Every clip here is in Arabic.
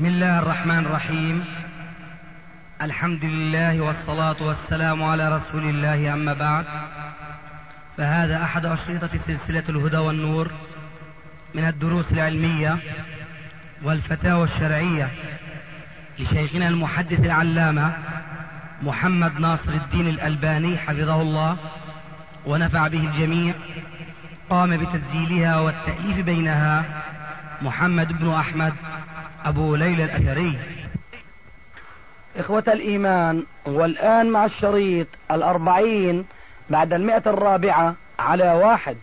بسم الله الرحمن الرحيم. الحمد لله والصلاة والسلام على رسول الله، أما بعد، فهذا أحد أشرطة سلسلة الهدى والنور من الدروس العلمية والفتاوى الشرعية لشيخنا المحدث العلامة محمد ناصر الدين الألباني حفظه الله ونفع به الجميع. قام بتسجيلها والتأليف بينها محمد بن أحمد أبو ليلى الأثري. إخوة الإيمان، والآن مع الشريط 40 بعد 100 على 1.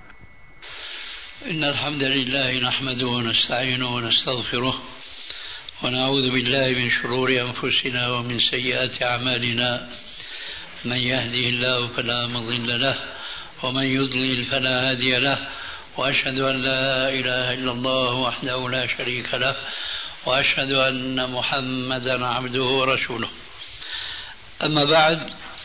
إن الحمد لله نحمده ونستعينه ونستغفره ونعوذ بالله من شرور أنفسنا ومن سيئات أعمالنا. من يهده الله فلا مضل له ومن يضلل فلا هادي له، وأشهد أن لا إله إلا الله وحده لا شريك له، وأشهد أن محمدا عبده ورسوله. أما بعد،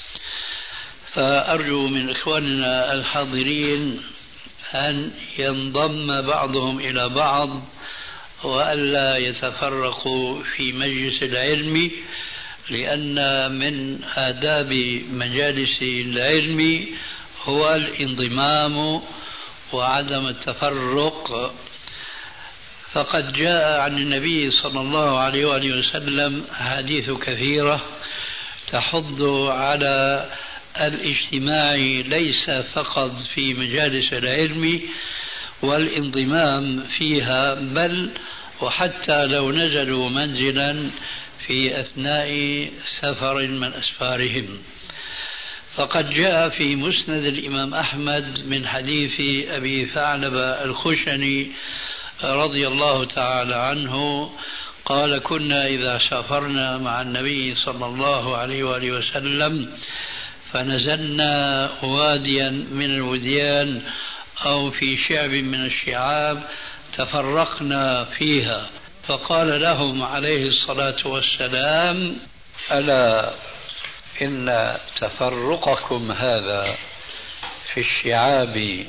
فأرجو من إخواننا الحاضرين أن ينضم بعضهم إلى بعض وألا يتفرقوا في مجلس العلم، لأن من آداب مجالس العلم هو الانضمام وعدم التفرق. فقد جاء عن النبي صلى الله عليه وآله وسلم حديث كثيرة تحض على الاجتماع ليس فقط في مجالس العلم والانضمام فيها، بل وحتى لو نزلوا منزلا في أثناء سفر من أسفارهم. فقد جاء في مسند الإمام أحمد من حديث أبي ثعلبة الخشني رضي الله تعالى عنه قال: كنا إذا سافرنا مع النبي صلى الله عليه وآله وسلم فنزلنا واديا من الوديان أو في شعب من الشعاب تفرقنا فيها، فقال لهم عليه الصلاة والسلام: ألا إن تفرقكم هذا في الشعاب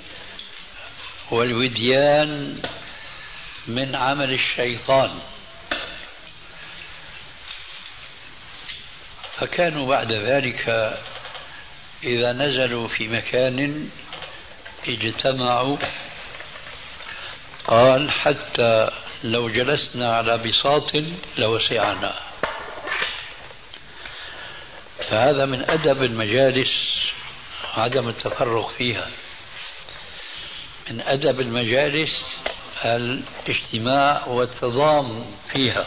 والوديان من عمل الشيطان. فكانوا بعد ذلك إذا نزلوا في مكان اجتمعوا، قال: حتى لو جلسنا على بساط لوسعنا. فهذا من أدب المجالس عدم التفرق فيها. من أدب المجالس الاجتماع والتضام فيها.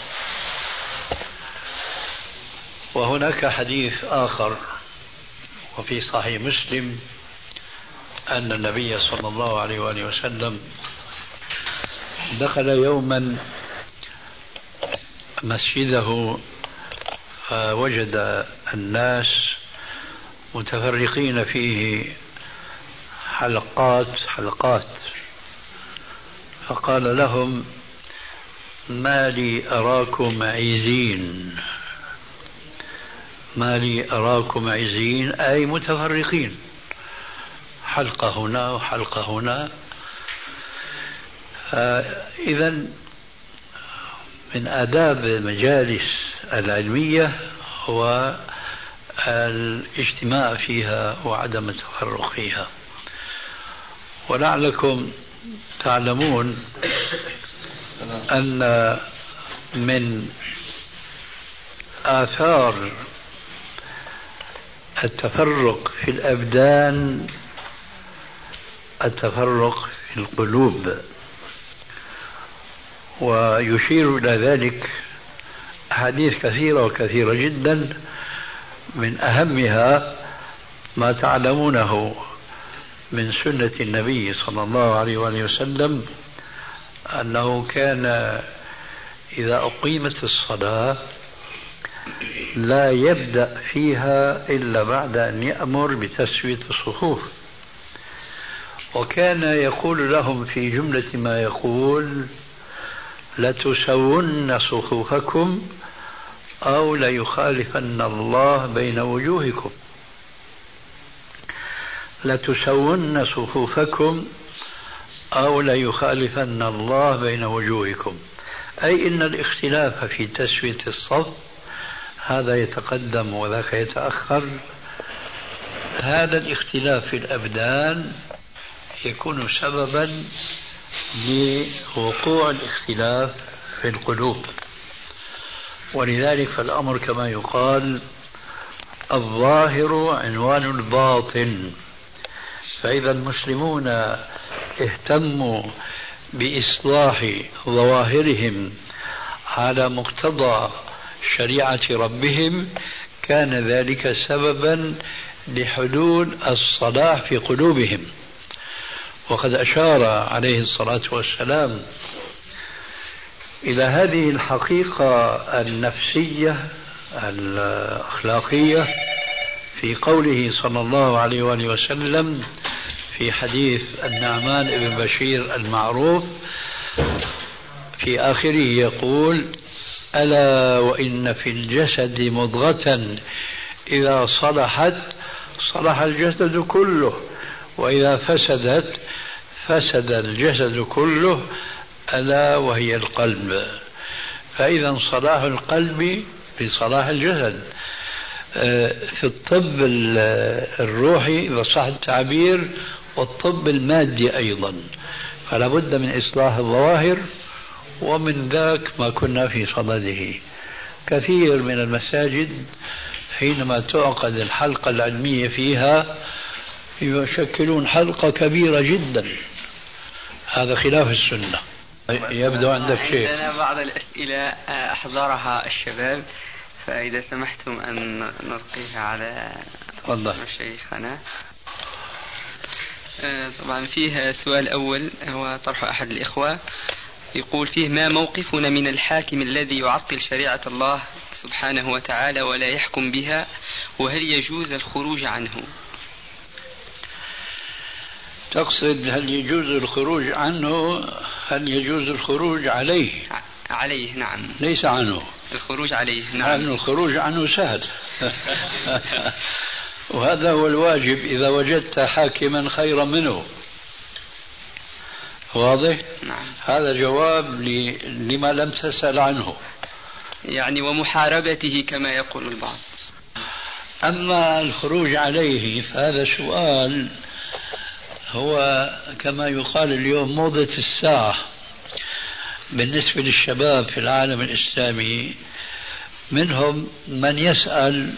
وهناك حديث آخر وفي صحيح مسلم أن النبي صلى الله عليه وآله وسلم دخل يوما مسجده فوجد الناس متفرقين فيه حلقات، فقال لهم: ما لي أراكم عزين، ما لي أراكم عزين، أي متفرقين، حلقة هنا وحلقة هنا. إذا من آداب المجالس العلمية هو الاجتماع فيها وعدم التفرق فيها. ولعلكم تعلمون أن من آثار التفرق في الأبدان التفرق في القلوب، ويشير إلى ذلك أحاديث كثيرة وكثيرة جدا. من أهمها ما تعلمونه من سنة النبي صلى الله عليه وآله وسلم، أنه كان إذا أقيمت الصلاة لا يبدأ فيها إلا بعد أن يأمر بتسوية الصفوف، وكان يقول لهم في جملة ما يقول: لتسون صفوفكم أو ليخالفن الله بين وجوهكم. لتسون صفوفكم أو ليخالفن الله بين وجوهكم، أي إن الاختلاف في تسوية الصف هذا يتقدم وذاك يتأخر. هذا الاختلاف في الأبدان يكون سببا لوقوع الاختلاف في القلوب، ولذلك فالأمر كما يقال الظاهر عنوان الباطن. فإذا المسلمون اهتموا بإصلاح ظواهرهم على مقتضى شريعة ربهم كان ذلك سببا لحلول الصلاح في قلوبهم. وقد أشار عليه الصلاة والسلام إلى هذه الحقيقة النفسية الأخلاقية في قوله صلى الله عليه وآله وسلم في حديث النعمان بن بشير المعروف في آخره يقول: ألا وإن في الجسد مضغة إذا صلحت صلح الجسد كله، وإذا فسدت فسد الجسد كله، ألا وهي القلب. فإذا صلاح القلب بصلاح الجسد. في الطب الروحي إذا صح التعبير والطب المادي أيضا، فلا بد من إصلاح الظواهر، ومن ذاك ما كنا في صدده. كثير من المساجد حينما تعقد الحلقة العلمية فيها يشكلون حلقة كبيرة جدا، هذا خلاف السنة. يبدو عندك شيء. عندنا بعض الأسئلة أحضرها الشباب، فإذا سمحتم أن نلقيها على مشايخنا. طبعا فيه سؤال أول هو طرح أحد الإخوة، يقول فيه: ما موقفنا من الحاكم الذي يعطل شريعة الله سبحانه وتعالى ولا يحكم بها، وهل يجوز الخروج عنه؟ تقصد هل يجوز الخروج عنه؟ هل يجوز الخروج عليه؟ عليه نعم، ليس عنه. الخروج عليه نعم. الخروج عنه سهل. وهذا هو الواجب إذا وجدت حاكما خيرا منه. واضح؟ نعم. هذا جواب لما لم تسأل عنه، يعني ومحاربته كما يقول البعض. أما الخروج عليه فهذا سؤال هو كما يقال اليوم موضة الساعة بالنسبة للشباب في العالم الإسلامي. منهم من يسأل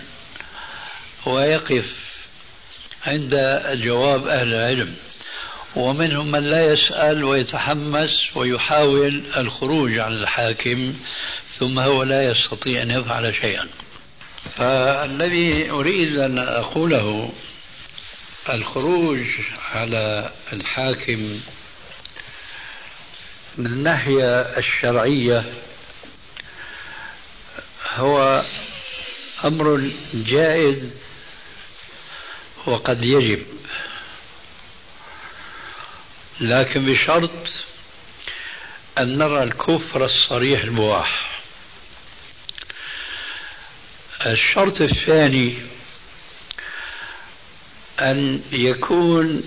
ويقف عند جواب أهل العلم، ومنهم من لا يسأل ويتحمس ويحاول الخروج على الحاكم ثم هو لا يستطيع أن يفعل شيئا. فالذي أريد أن أقوله الخروج على الحاكم من الناحية الشرعية هو أمر جائز وقد يجب، لكن بشرط أن نرى الكفر الصريح البواح. الشرط الثاني أن يكون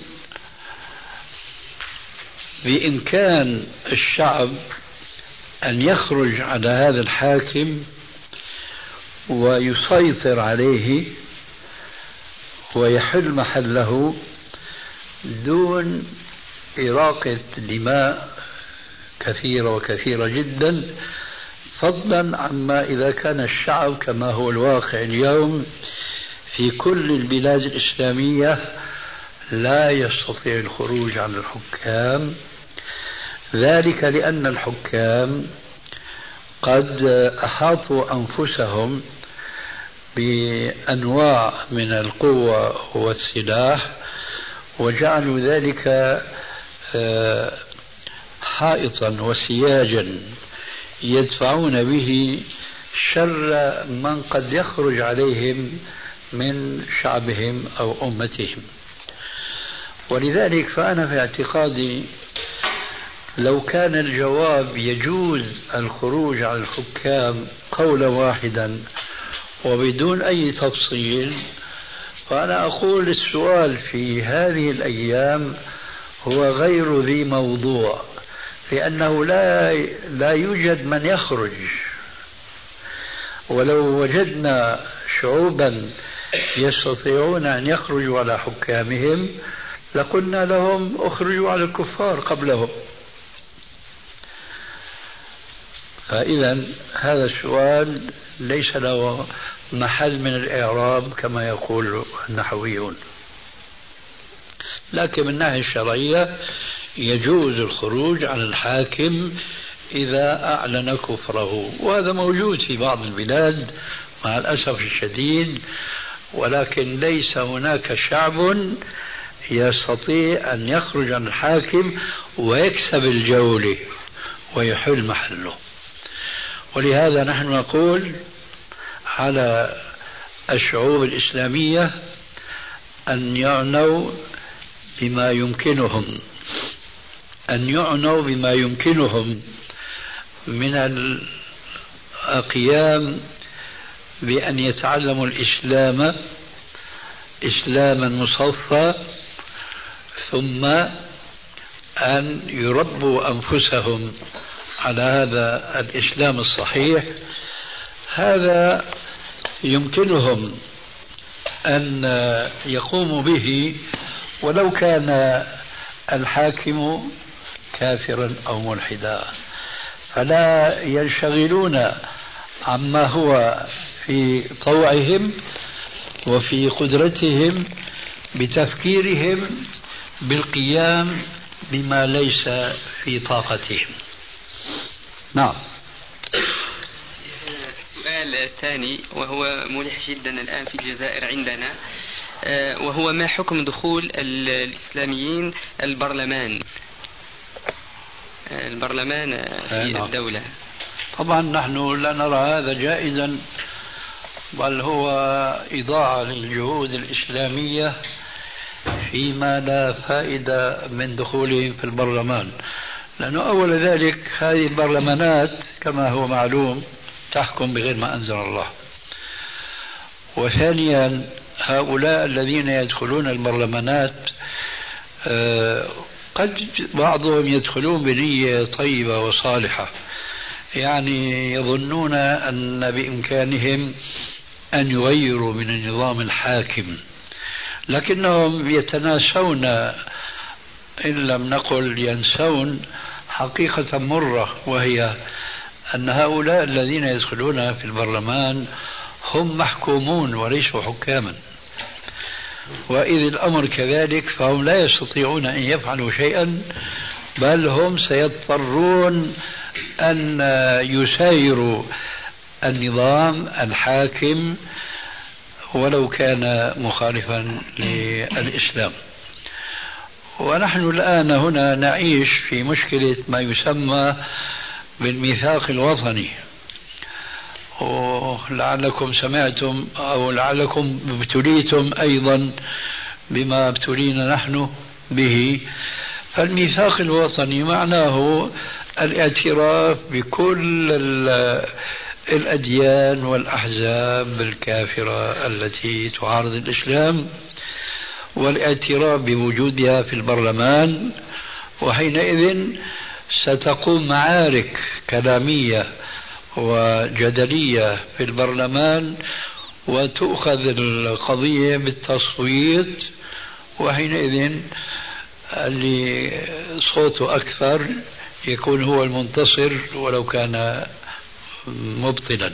بإمكان الشعب أن يخرج على هذا الحاكم ويسيطر عليه ويحل محله دون إراقة دماء كثيرة وكثيرة جدا، فضلا عما إذا كان الشعب كما هو الواقع اليوم في كل البلاد الإسلامية لا يستطيع الخروج عن الحكام. ذلك لأن الحكام قد أحاطوا أنفسهم بأنواع من القوة والسلاح وجعلوا ذلك حائطا وسياجا يدفعون به شر من قد يخرج عليهم من شعبهم أو أمتهم. ولذلك فأنا في اعتقادي لو كان الجواب يجوز الخروج على الحكام قولا واحدا وبدون أي تفصيل، فأنا أقول السؤال في هذه الأيام هو غير ذي موضوع، لأنه لا يوجد من يخرج. ولو وجدنا شعوبا يستطيعون أن يخرجوا على حكامهم لقلنا لهم اخرجوا على الكفار قبلهم. فإذا هذا السؤال ليس له محل من الإعراب كما يقول النحويون. لكن من الناحية الشرعية يجوز الخروج على الحاكم إذا أعلن كفره، وهذا موجود في بعض البلاد مع الأسف الشديد، ولكن ليس هناك شعب يستطيع أن يخرج عن الحاكم ويكسب الجولة ويحل محله. ولهذا نحن نقول على الشعوب الإسلامية أن يعنوا بما يمكنهم من القيام بأن يتعلموا الإسلام إسلاما مصفى، ثم أن يربوا أنفسهم على هذا الإسلام الصحيح. هذا يمكنهم أن يقوموا به ولو كان الحاكم كافرا أو ملحدا، فلا ينشغلون عما هو في طوعهم وفي قدرتهم بتفكيرهم بالقيام بما ليس في طاقتهم. نعم. السؤال الثاني وهو ملح جدا الآن في الجزائر عندنا، وهو ما حكم دخول الإسلاميين البرلمان في الدولة؟ طبعا نحن لا نرى هذا جائزا، بل هو إضاعة للجهود الإسلامية فيما لا فائدة من دخولهم في البرلمان، لأنه أول ذلك هذه البرلمانات كما هو معلوم تحكم بغير ما أنزل الله. وثانيا هؤلاء الذين يدخلون البرلمانات قد بعضهم يدخلون بنية طيبة وصالحة، يعني يظنون أن بإمكانهم أن يغيروا من النظام الحاكم، لكنهم يتناسون إن لم نقل ينسون حقيقة مرة، وهي أن هؤلاء الذين يدخلون في البرلمان هم محكومون وليسوا حكاما، وإذ الأمر كذلك فهم لا يستطيعون أن يفعلوا شيئا، بل هم سيضطرون أن يسايروا النظام الحاكم ولو كان مخالفا للإسلام. ونحن الآن هنا نعيش في مشكلة ما يسمى بالميثاق الوطني، ولعلكم سمعتم أو لعلكم ابتليتم أيضا بما ابتلينا نحن به. فالميثاق الوطني معناه الاعتراف بكل الأديان والأحزاب الكافرة التي تعارض الإسلام، والاعتراف بوجودها في البرلمان. وحينئذ ستقوم معارك كلامية وجدلية في البرلمان، وتؤخذ القضية بالتصويت، وحينئذ اللي صوته أكثر يكون هو المنتصر ولو كان مبطلا.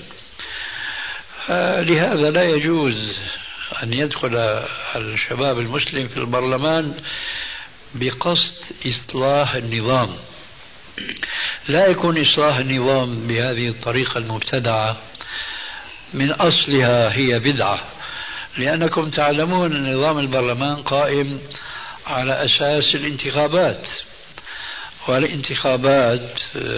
لهذا لا يجوز أن يدخل الشباب المسلم في البرلمان بقصد إصلاح النظام. لا يكون إصلاح النظام بهذه الطريقة المبتدعة، من أصلها هي بدعة، لأنكم تعلمون أن نظام البرلمان قائم على أساس الانتخابات، والانتخابات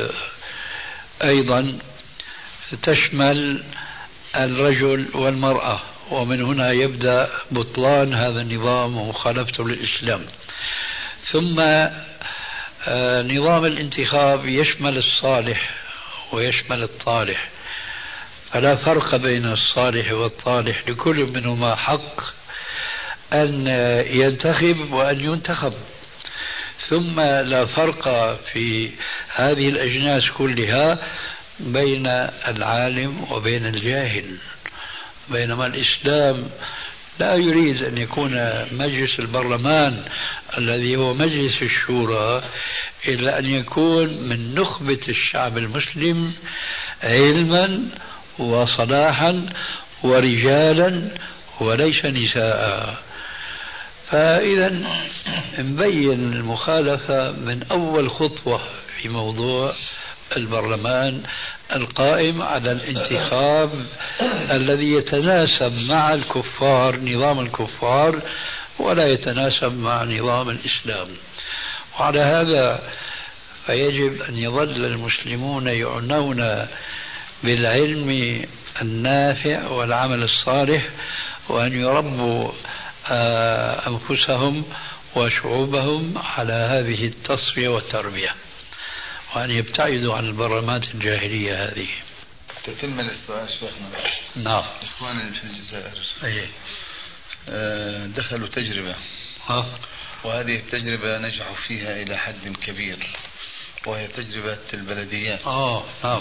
أيضا تشمل الرجل والمرأة، ومن هنا يبدأ بطلان هذا النظام ومخالفته للإسلام. ثم نظام الانتخاب يشمل الصالح ويشمل الطالح، فلا فرق بين الصالح والطالح، لكل منهما حق أن ينتخب وأن ينتخب. ثم لا فرق في هذه الأجناس كلها بين العالم وبين الجاهل، بينما الإسلام لا يريد أن يكون مجلس البرلمان الذي هو مجلس الشورى إلا أن يكون من نخبة الشعب المسلم علما وصلاحا ورجالا وليس نساء. فإذا نبين المخالفة من أول خطوة في موضوع البرلمان القائم على الانتخاب الذي يتناسب مع الكفار، نظام الكفار، ولا يتناسب مع نظام الإسلام. وعلى هذا فيجب أن يظل المسلمون يعنون بالعلم النافع والعمل الصالح، وأن يربوا أنفسهم وشعوبهم على هذه التصفية والتربية، وأن يبتعدوا عن البرلمات الجاهلية هذه. تتم السؤال شيخنا. نعم. إخواننا في الجزائر أيه. دخلوا تجربة، وهذه التجربة نجحوا فيها إلى حد كبير، وهي تجربة البلديات. نعم.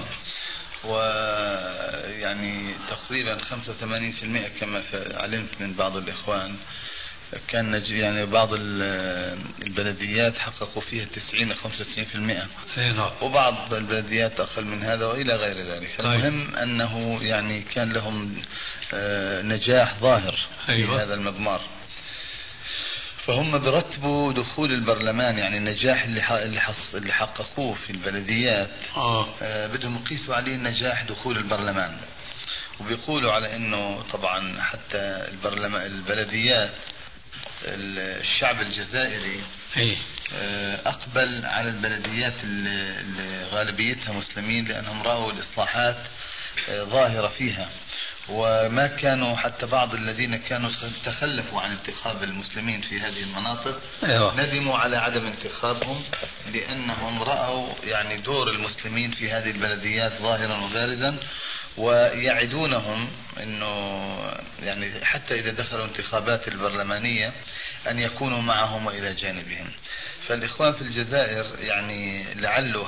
ويعني تقريبا 85% كما علمت من بعض الإخوان كان يعني بعض البلديات حققوا فيها 90 إلى 95%، وبعض البلديات أقل من هذا وإلى غير ذلك. المهم أنه يعني كان لهم نجاح ظاهر في هذا المضمار، فهم برتبوا دخول البرلمان، يعني النجاح اللي حققوه في البلديات بدهم يقيسوا عليه نجاح دخول البرلمان. وبيقولوا على انه طبعا حتى البلديات الشعب الجزائري اقبل على البلديات اللي غالبيتها مسلمين، لانهم راوا الاصلاحات ظاهرة فيها، وما كانوا حتى بعض الذين كانوا تخلفوا عن انتخاب المسلمين في هذه المناطق ندموا على عدم انتخابهم، لأنهم رأوا يعني دور المسلمين في هذه البلديات ظاهرا وبارزا، ويعدونهم أنه يعني حتى إذا دخلوا انتخابات البرلمانية أن يكونوا معهم وإلى جانبهم. فالإخوان في الجزائر يعني لعله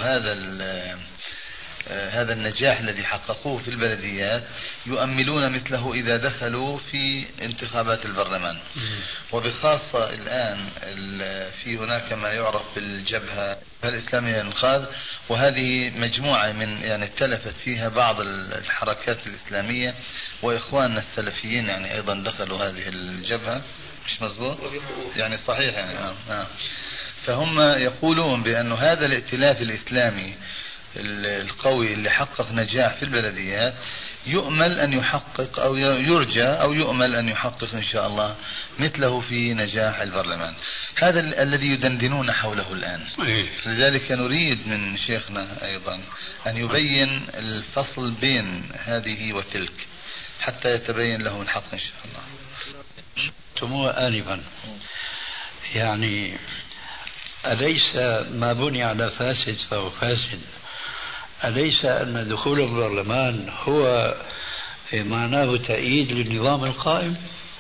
هذا النجاح الذي حققوه في البلديات يؤملون مثله إذا دخلوا في انتخابات البرلمان. وبخاصة الآن في هناك ما يعرف بالجبهة الإسلامية للإنقاذ، وهذه مجموعة من يعني تلفت فيها بعض الحركات الإسلامية، وإخواننا السلفيين يعني أيضا دخلوا هذه الجبهة. مش مظبوط يعني صحيح يعني فهم يقولون بأن هذا الائتلاف الإسلامي القوي اللي حقق نجاح في البلديات يؤمل أن يحقق أو يرجى أو يؤمل أن يحقق إن شاء الله مثله في نجاح البرلمان. هذا الذي يدندنون حوله الآن. لذلك نريد من شيخنا أيضا أن يبين الفصل بين هذه وتلك حتى يتبين له الحق إن شاء الله. سموه آنفا يعني أليس ما بني على فاسد فهو فاسد؟ أليس أن دخول البرلمان هو معناه تأييد للنظام القائم؟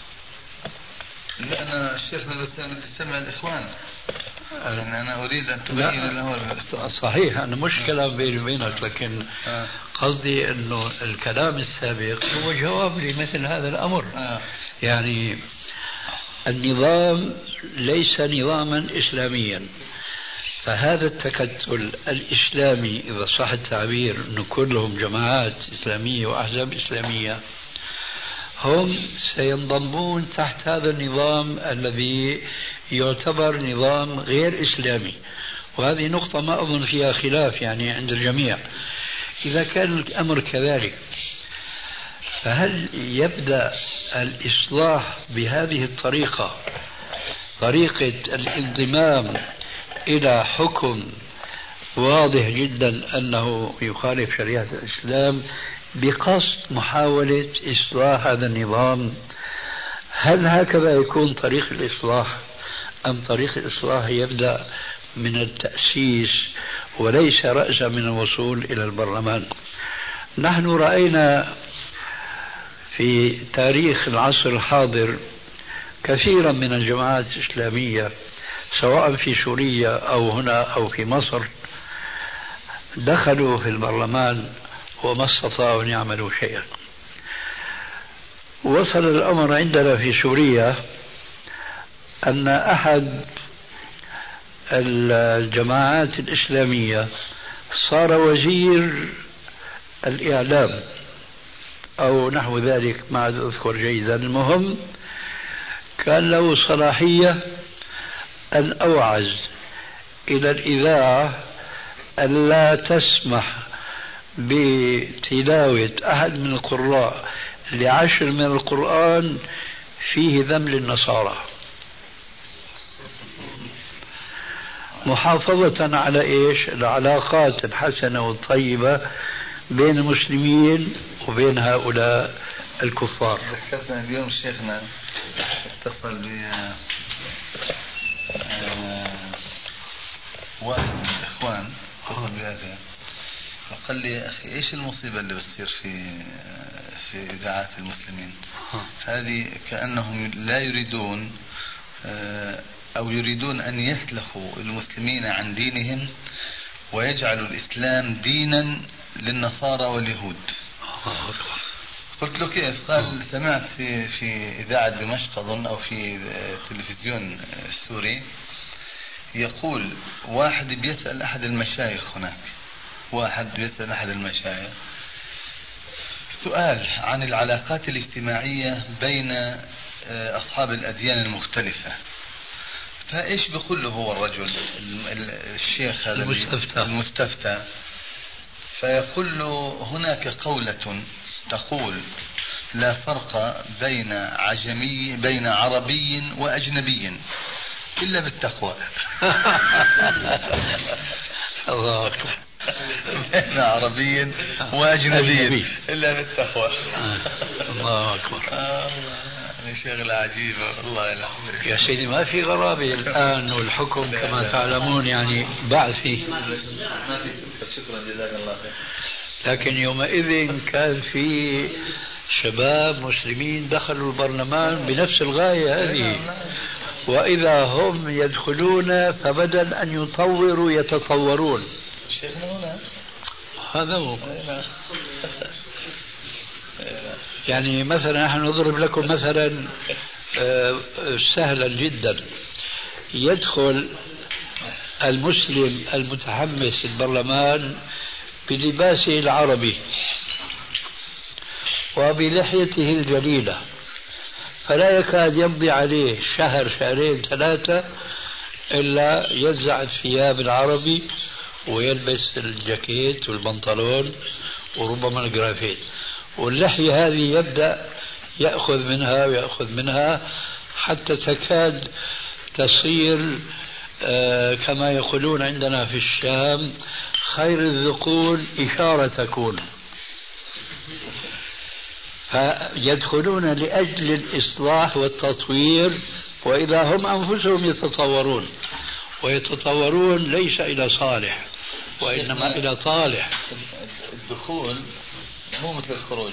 لا، أنا شيخنا بستمع الإخوان، يعني أنا أريد أن تبين له. صحيح، أنا مش كلام بيني وبينك، لكن قصدي أنه الكلام السابق هو جواب لمثل هذا الأمر. يعني النظام ليس نظاما إسلاميا، فهذا التكتل الإسلامي إذا صح التعبير أنه كلهم جماعات إسلامية وأحزاب إسلامية، هم سينضمون تحت هذا النظام الذي يعتبر نظام غير إسلامي. وهذه نقطة ما أظن فيها خلاف يعني عند الجميع. إذا كان الأمر كذلك، فهل يبدأ الإصلاح بهذه الطريقة، طريقة الانضمام إلى حكم واضح جدا أنه يخالف شريعة الإسلام بقصد محاولة إصلاح هذا النظام؟ هل هكذا يكون طريق الإصلاح، أم طريق الإصلاح يبدأ من التأسيس وليس رأسا من الوصول إلى البرلمان؟ نحن رأينا في تاريخ العصر الحاضر كثيرا من الجماعات الإسلامية سواء في سوريا أو هنا أو في مصر دخلوا في البرلمان وما استطاعوا أن يعملوا شيئا. وصل الأمر عندنا في سوريا أن أحد الجماعات الإسلامية صار وزير الإعلام أو نحو ذلك، ما أذكر جيدا. المهم كان له صلاحية أن أوعز إلى الإذاعة أن لا تسمح بتلاوة أحد من القراء ل10 من القرآن فيه ذم للنصارى، محافظة على إيش؟ العلاقات الحسنة والطيبة بين المسلمين وبين هؤلاء الكفار. ذكرتنا اليوم شيخنا اتصل ب واحد من الإخوان، اتصل بهذا وقال لي أخي إيش المصيبة اللي بتصير في إذاعات المسلمين؟ هذه كأنهم لا يريدون أو يريدون أن يسلخوا المسلمين عن دينهم ويجعلوا الإسلام دينا للنصارى واليهود. قلت له كيف؟ قال سمعت في إذاعة دمشق أظن أو في تلفزيون سوري يقول واحد بيسأل أحد المشايخ هناك، واحد بيسأل أحد المشايخ سؤال عن العلاقات الاجتماعية بين أصحاب الأديان المختلفة، فإيش بيقول له هو الرجل الشيخ هذا المستفتى؟ فيقول له هناك قولة تقول لا فرق بين عربي وأجنبي إلا بالتقوى. الله أكبر. بين عربي وأجنبي إلا بالتقوى. الله أكبر. شغلة عجيبة الله يلحظك يا سيدي. ما في غرابة الآن، والحكم كما تعلمون يعني بعثي. ما في شكرا جزاك الله خير. لكن يومئذ كان في شباب مسلمين دخلوا البرلمان بنفس الغاية هذه، وإذا هم يدخلون فبدل أن يطوروا يتطورون. شيخنا هنا هذا هو. يعني مثلا نحن نضرب لكم مثلا سهلا جدا. يدخل المسلم المتحمس البرلمان بلباسه العربي وبلحيته الجليلة، فلا يكاد يمضي عليه شهر شهرين ثلاثة إلا ينزع الثياب العربي ويلبس الجاكيت والبنطلون وربما الجرافيت، واللحية هذه يبدأ يأخذ منها حتى تكاد تصير كما يقولون عندنا في الشام خير الذقون إشارة تكون. فيدخلون لأجل الإصلاح والتطوير، وإذا هم أنفسهم يتطورون ليس إلى صالح وإنما إلى طالح. الدخول مو مثل الخروج.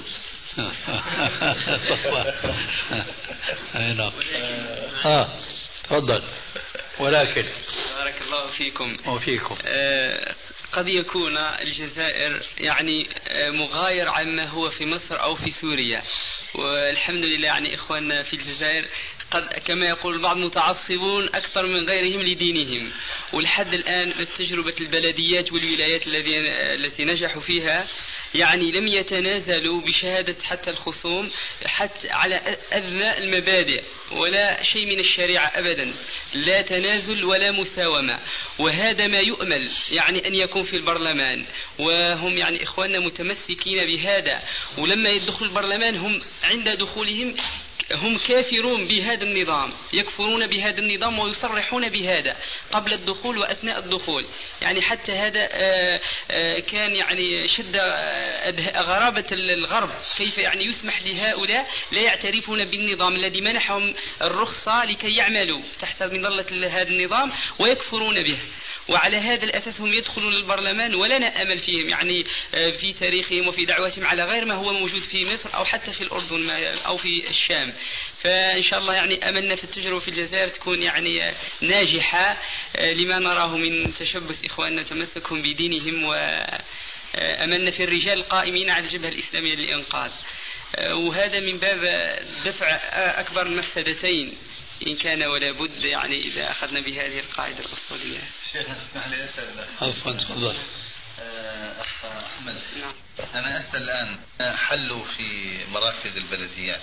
تفضل. ولكن بارك الله فيكم وفيكم قد يكون الجزائر يعني مغاير عما هو في مصر أو في سوريا، والحمد لله يعني إخواننا في الجزائر قد كما يقول البعض متعصبون أكثر من غيرهم لدينهم، ولحد الآن تجربة البلديات والولايات التي نجحوا فيها يعني لم يتنازلوا بشهادة حتى الخصوم حتى على أدنى المبادئ ولا شيء من الشريعة أبدا، لا تنازل ولا مساومة، وهذا ما يؤمل يعني أن يكون في البرلمان، وهم يعني إخواننا متمسكين بهذا. ولما يدخل البرلمان هم عند دخولهم هم كافرون بهذا النظام، يكفرون بهذا النظام ويصرحون بهذا قبل الدخول وأثناء الدخول. يعني حتى هذا كان يعني شد غرابة الغرب، كيف يعني يسمح لهؤلاء لا يعترفون بالنظام الذي منحهم الرخصة لكي يعملوا تحت مظلة هذا النظام ويكفرون به. وعلى هذا الأساس هم يدخلون البرلمان ولا نأمل فيهم، يعني في تاريخهم وفي دعوتهم على غير ما هو موجود في مصر أو حتى في الأردن أو في الشام. فإن شاء الله يعني أملنا في التجربة في الجزائر تكون يعني ناجحة لما نراه من تشبث إخواننا تمسكهم بدينهم، وأملنا في الرجال القائمين على الجبهة الإسلامية للإنقاذ، وهذا من باب دفع أكبر المفسدتين إن كان ولا بد، يعني إذا أخذنا بهذه القاعدة الأصولية. شيخ تسمح لي أسأل؟ عفوا تفضل. أخ أحمد. نعم. أنا أسأل الآن، حلوا في مراكز البلديات،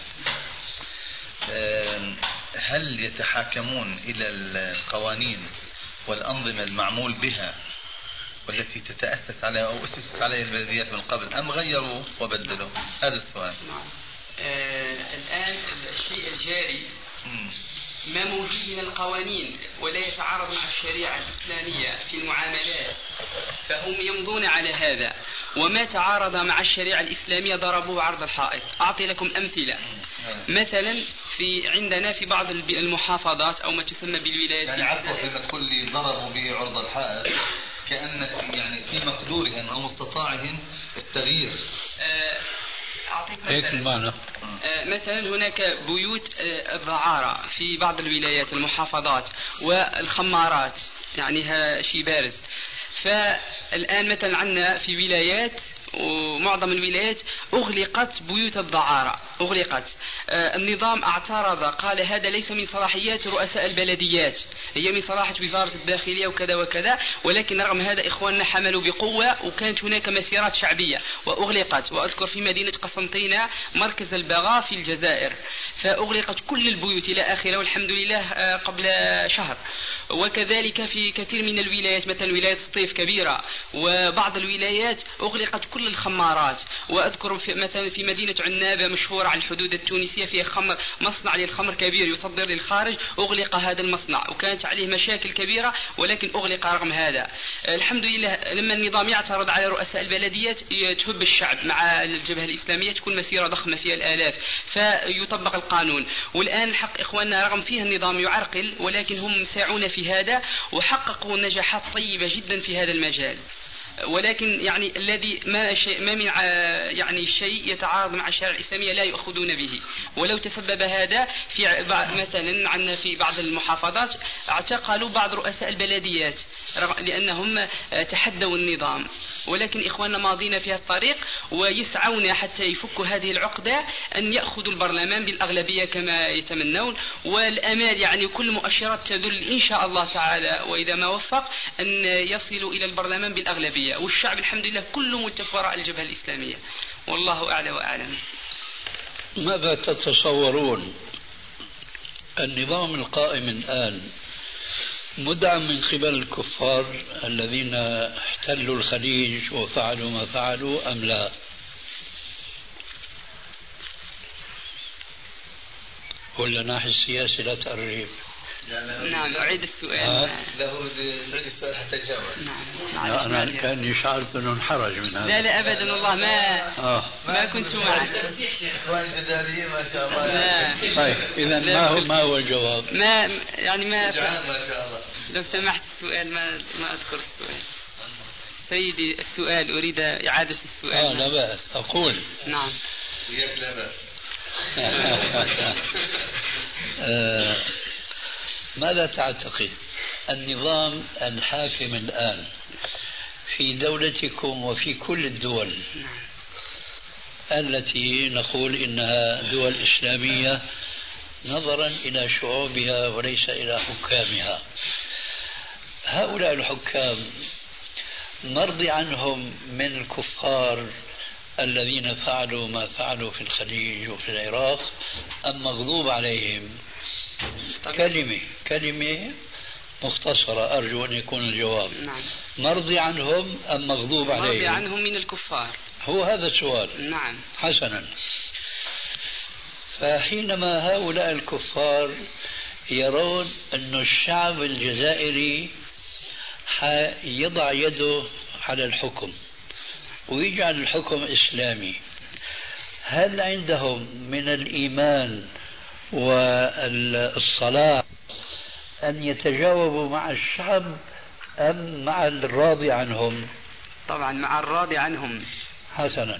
هل يتحاكمون إلى القوانين والأنظمة المعمول بها والتي تتأسس عليها أو أسست عليها البلديات من قبل، أم غيروا وبدلوا؟ هذا السؤال. نعم. الآن الشيء الجاري ما موجود من القوانين ولا يتعارض مع الشريعة الإسلامية في المعاملات فهم يمضون على هذا، وما تعارض مع الشريعة الإسلامية ضربوه عرض الحائط. أعطي لكم أمثلة. مثلا عندنا في بعض المحافظات أو ما تسمى بالولايات، يعني عفوا إذا تقول لي ضربوا به عرض الحائط كأن يعني في مقدورهم أو مستطاعهم التغيير. أعطيك هيك المعنى. مثلا هناك بيوت الدعارة في بعض الولايات المحافظات والخمارات، يعني شيء بارز. فالآن مثلا عندنا في ولايات ومعظم الولايات أغلقت بيوت الدعارة، أغلقت. النظام اعترض، قال هذا ليس من صلاحيات رؤساء البلديات، هي من صلاحية وزارة الداخلية وكذا وكذا، ولكن رغم هذا إخواننا حملوا بقوة، وكانت هناك مسيرات شعبية وأغلقت. وأذكر في مدينة قسنطينة مركز البغاء في الجزائر، فأغلقت كل البيوت إلى آخره والحمد لله قبل شهر. وكذلك في كثير من الولايات، مثلا ولاية سطيف كبيرة وبعض الولايات أغلقت كل الخمارات. وأذكر مثلا في مدينة عنابة مشهورة على الحدود التونسية فيها مصنع للخمر كبير يصدر للخارج، أغلق هذا المصنع وكانت عليه مشاكل كبيرة ولكن أغلق رغم هذا. الحمد لله لما النظام يعترض على رؤساء البلديات تهب الشعب مع الجبهة الإسلامية، تكون مسيرة ضخمة فيها الآلاف، فيطبق القانون. والآن الحق إخواننا رغم فيه النظام يعرقل ولكن هم ساعون في هذا وحققوا نجاحات طيبة جدا في هذا المجال. ولكن يعني الذي ما من يعني شيء يتعارض مع الشريعة الإسلامية لا يأخذون به. ولو تسبب هذا في مثلا عندنا في بعض المحافظات اعتقلوا بعض رؤساء البلديات لأنهم تحدوا النظام، ولكن إخواننا ماضين في الطريق ويسعون حتى يفكوا هذه العقدة أن يأخذوا البرلمان بالأغلبية كما يتمنون. والأمال يعني كل مؤشرات تدل إن شاء الله تعالى وإذا ما وفق أن يصلوا إلى البرلمان بالأغلبية، والشعب الحمد لله كله ملتف وراء الجبهة الإسلامية، والله أعلى وأعلم. ماذا تتصورون النظام القائم الآن مدعم من قبل الكفار الذين احتلوا الخليج وفعلوا ما فعلوا أم لا؟ ولا ناحية السياسة لا تقريب؟ نعم أعيد السؤال. له تعيد السؤال حتى يجاوب. نعم. أنا كأني شعرت أنه انحرج من هذا. لا أبدا والله ما كنت معك. إخوان جداريين ما شاء الله. طيب إذا ما هو الجواب؟ ما ما شاء الله. لو سمحت السؤال ما أذكر السؤال. سيدي السؤال أريد إعادة السؤال. لا بأس أقول. نعم. وياك لا بأس. ماذا تعتقد النظام الحاكم الآن في دولتكم وفي كل الدول التي نقول إنها دول إسلامية نظرا إلى شعوبها وليس إلى حكامها؟ هؤلاء الحكام نرضي عنهم من الكفار الذين فعلوا ما فعلوا في الخليج وفي العراق أم مغضوب عليهم؟ كلمة مختصرة أرجو أن يكون الجواب. نعم. نرضي عنهم أم مغضوب عليهم؟ نرضي عنهم من الكفار. هو هذا السؤال. نعم. حسنا. فحينما هؤلاء الكفار يرون أن الشعب الجزائري يضع يده على الحكم ويجعل الحكم إسلامي، هل عندهم من الإيمان والصلاة أن يتجاوبوا مع الشعب أم مع الراضي عنهم؟ طبعا مع الراضي عنهم. حسنا،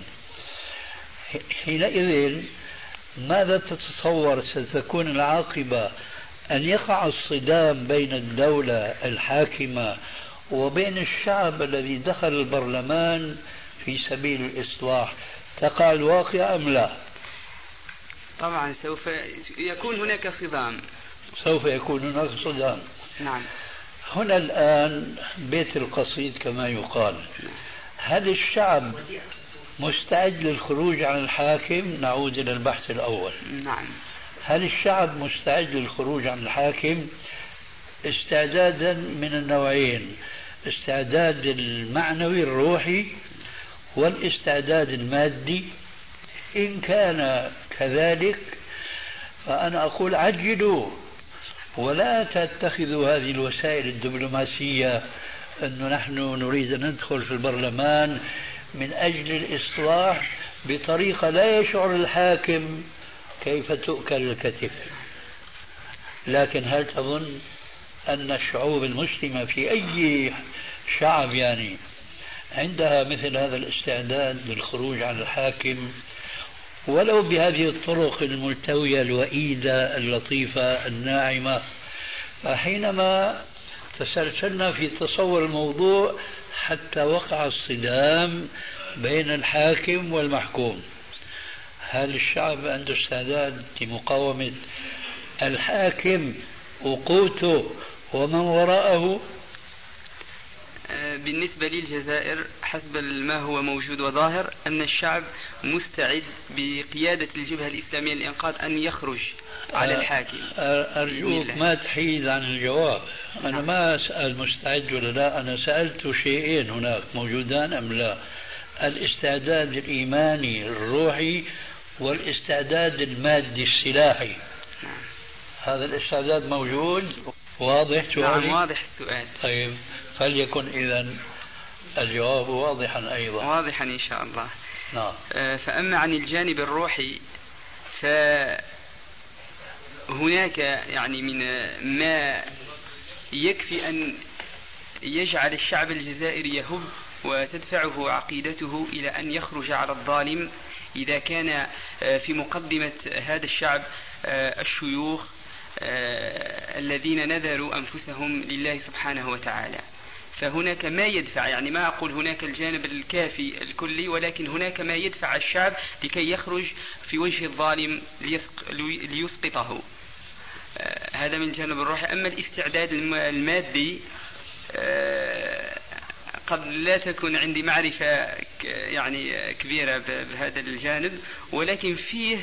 حينئذ ماذا تتصور ستكون العاقبة؟ أن يقع الصدام بين الدولة الحاكمة وبين الشعب الذي دخل البرلمان في سبيل الإصلاح، تقع الواقع أم لا؟ طبعا سوف يكون هناك صدام. سوف يكون هناك صدام. نعم. هنا الآن بيت القصيد كما يقال. هل الشعب مستعد للخروج عن الحاكم؟ نعود إلى البحث الأول. نعم. هل الشعب مستعد للخروج عن الحاكم؟ استعدادا من النوعين: استعداد المعنوي الروحي والاستعداد المادي. إن كان كذلك فأنا أقول عجلوا، ولا تتخذوا هذه الوسائل الدبلوماسية أنه نحن نريد أن ندخل في البرلمان من أجل الإصلاح بطريقة لا يشعر الحاكم كيف تؤكل الكتف. لكن هل تظن أن الشعوب المسلمة في أي شعب يعني عندها مثل هذا الاستعداد للخروج عن الحاكم ولو بهذه الطرق الملتوية الوئيدة اللطيفة الناعمة؟ فحينما تسلسلنا في تصور الموضوع حتى وقع الصدام بين الحاكم والمحكوم، هل الشعب عنده استعداد لمقاومة الحاكم وقوته ومن وراءه؟ بالنسبة للجزائر حسب ما هو موجود وظاهر أن الشعب مستعد بقيادة الجبهة الإسلامية للإنقاذ أن يخرج على الحاكم. أرجوك ما تحيد عن الجواب. أنا ما أسأل مستعد ولا لا، أنا سألت شيئين هناك موجودان أم لا: الاستعداد الإيماني الروحي والاستعداد المادي السلاحي. هذا الاستعداد موجود؟ واضح سؤالي؟ نعم واضح السؤال. طيب فليكن إذن الجواب واضحا أيضا. واضحا إن شاء الله. نعم. فأما عن الجانب الروحي فهناك يعني من ما يكفي أن يجعل الشعب الجزائري يهب وتدفعه عقيدته إلى أن يخرج على الظالم إذا كان في مقدمة هذا الشعب الشيوخ الذين نذروا أنفسهم لله سبحانه وتعالى. فهناك ما يدفع، يعني ما أقول هناك الجانب الكافي الكلي، ولكن هناك ما يدفع الشعب لكي يخرج في وجه الظالم ليسقطه. هذا من الجانب الروحي. أما الاستعداد المادي قد لا تكون عندي معرفة يعني كبيرة بهذا الجانب، ولكن فيه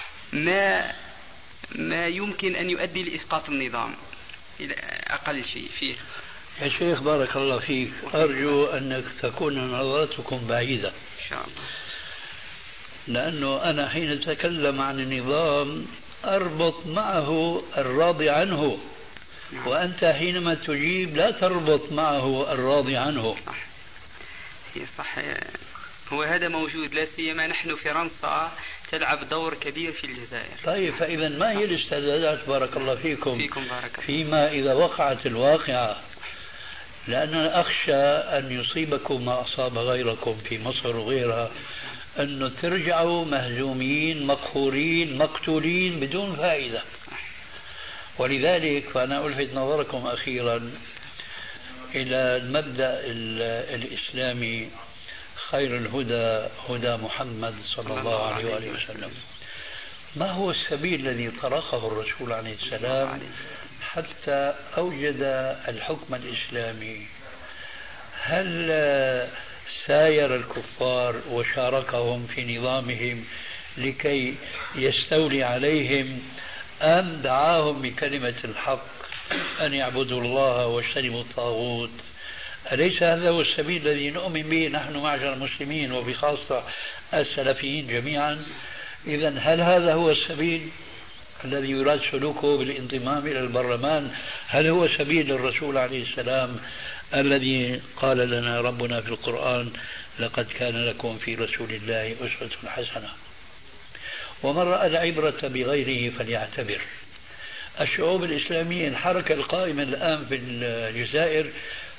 ما يمكن أن يؤدي لإسقاط النظام إلى أقل شيء فيه. يا شيخ بارك الله فيك، أرجو أنك تكون نظرتكم بعيدة إن شاء الله، لأنه أنا حين أتكلم عن النظام أربط معه الراضي عنه، وأنت حينما تجيب لا تربط معه الراضي عنه. صح. صح، هو هذا موجود، لا سيما نحن فرنسا تلعب دور كبير في الجزائر. طيب فإذا ما هي الاستعدادات بارك الله فيكم بارك فيما إذا وقعت الواقعة؟ لأننا أخشى أن يصيبكم ما أصاب غيركم في مصر وغيرها، أنه ترجعوا مهزومين مقهورين مقتولين بدون فائدة. ولذلك فأنا ألفت نظركم أخيرا إلى المبدأ الإسلامي: خير الهدى هدى محمد صلى الله عليه وآله وسلم. ما هو السبيل الذي طرقه الرسول عليه السلام حتى أوجد الحكم الإسلامي؟ هل ساير الكفار وشاركهم في نظامهم لكي يستولي عليهم، أم دعاهم بكلمة الحق أن يعبدوا الله واجتنبوا الطاغوت؟ أليس هذا هو السبيل الذي نؤمن به نحن معشر المسلمين وبخاصة السلفيين جميعا؟ إذن هل هذا هو السبيل الذي يراد سلوكه بالانضمام إلى البرلمان؟ هل هو سبيل الرسول عليه السلام الذي قال لنا ربنا في القرآن: لقد كان لكم في رسول الله أسوة حسنة؟ ومن رأى العبرة بغيره فليعتبر. الشعوب الإسلامية، الحركة القائمة الآن في الجزائر،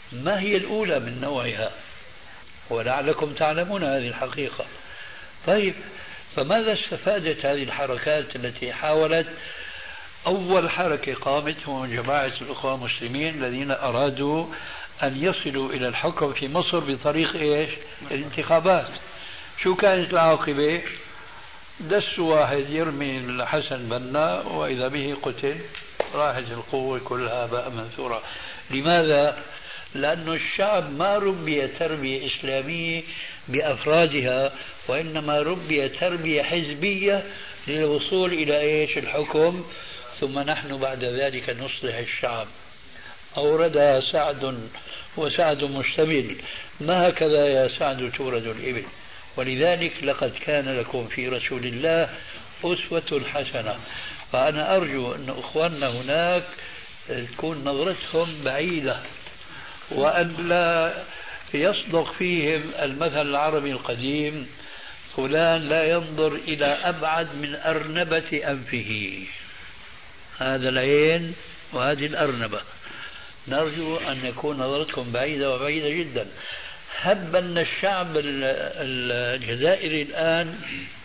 ما هي الأولى من نوعها، ولعلكم تعلمون هذه الحقيقة. طيب، فماذا استفادت هذه الحركات التي حاولت؟ أول حركة قامت جماعة الأخوة المسلمين الذين أرادوا أن يصلوا إلى الحكم في مصر بطريق إيش؟ الانتخابات. شو كانت العاقبة؟ دسوا واحد يرمي الحسن بنا وإذا به قتل، راحت القوة كلها بقى منثورة. لماذا؟ لأن الشعب ما ربي تربية إسلامية بأفرادها، وإنما ربي تربية حزبية للوصول إلى إيش؟ الحكم، ثم نحن بعد ذلك نصلح الشعب. أوردها سعد وسعد مشتمل، ما هكذا يا سعد تورد الإبل. ولذلك لقد كان لكم في رسول الله أسوة حسنة. فأنا أرجو أن أخواننا هناك تكون نظرتهم بعيدة، وأن لا يصدق فيهم المثل العربي القديم: فلان لا ينظر إلى أبعد من أرنبة أنفه. هذا العين وهذه الأرنبة. نرجو أن يكون نظرتكم بعيدة وبعيدة جدا. هب أن الشعب الجزائري الآن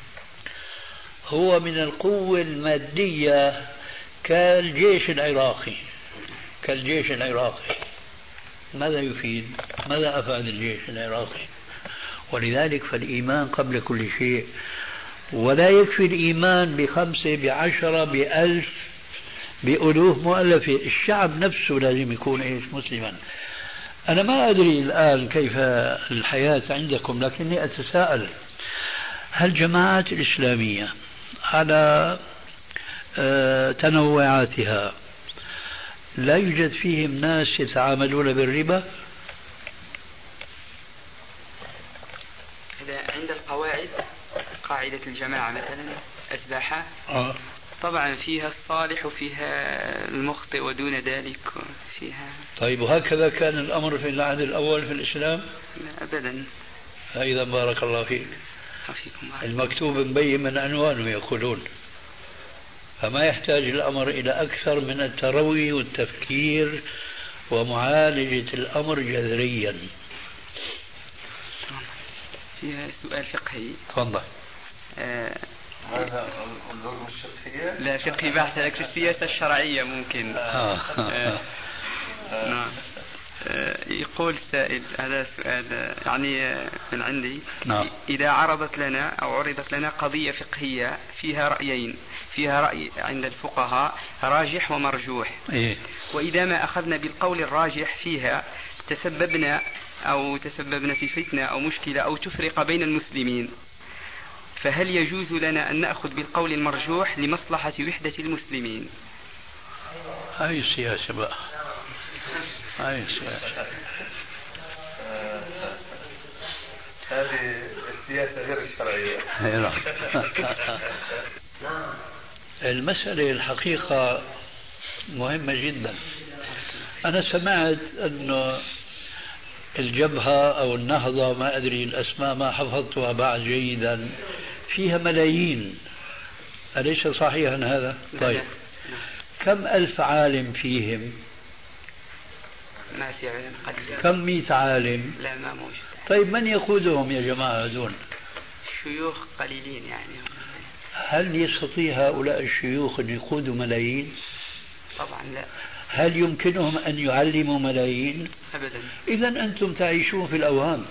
هو من القوة المادية كالجيش العراقي. ماذا يفيد؟ ماذا أفاد الجيش العراقي؟ ولذلك فالإيمان قبل كل شيء. ولا يكفي الإيمان ب5 ب10 ب1000 بألوف مؤلفة. الشعب نفسه لازم يكون إيش؟ مسلما. أنا ما أدري الآن كيف الحياة عندكم، لكني أتساءل: هل الجماعات الإسلامية على تنوعاتها لا يوجد فيهم ناس يتعاملون بالربا؟ عند القواعد، قاعدة الجماعة مثلا أتباعها طبعا فيها الصالح وفيها المخطئ ودون ذلك فيها. طيب، وهكذا كان الأمر في العهد الأول في الإسلام؟ لا أبدا. فإذا بارك الله فيك. المكتوب مبين من عنوانه يقولون. فما يحتاج الأمر إلى أكثر من التروي والتفكير ومعالجة الأمر جذريا. فيها سؤال فقهي. تفضل. هذا الرقم الشقية؟ لا، فقهي بحث لك في السياسة الشرعية ممكن. نعم. يقول سائل، هذا سؤال يعني من عندي. نعم. إذا عرضت لنا قضية فقهية فيها رأيين، فيها رأي عند الفقهاء راجح ومرجوح، وإذا ما أخذنا بالقول الراجح فيها تسببنا في فتنة أو مشكلة أو تفرق بين المسلمين، فهل يجوز لنا أن نأخذ بالقول المرجوح لمصلحة وحدة المسلمين؟ هاي السياسة بقى، هاي السياسة. هذه السياسة غير الشرعية. المسألة الحقيقة مهمة جدا. أنا سمعت أنه الجبهة أو النهضة، ما أدري الأسماء ما حفظتها بعد جيدا، فيها ملايين، أليس صحيحا هذا؟ طيب، كم ألف عالم فيهم؟ ما في علم قليل. كم 100 عالم؟ لا، ما موجود. طيب، من يقودهم يا جماعة دون؟ شيوخ قليلين يعني. هل يستطيع هؤلاء الشيوخ أن يقودوا ملايين؟ طبعا لا. هل يمكنهم أن يعلموا ملايين؟ أبدا. إذن أنتم تعيشون في الأوهام.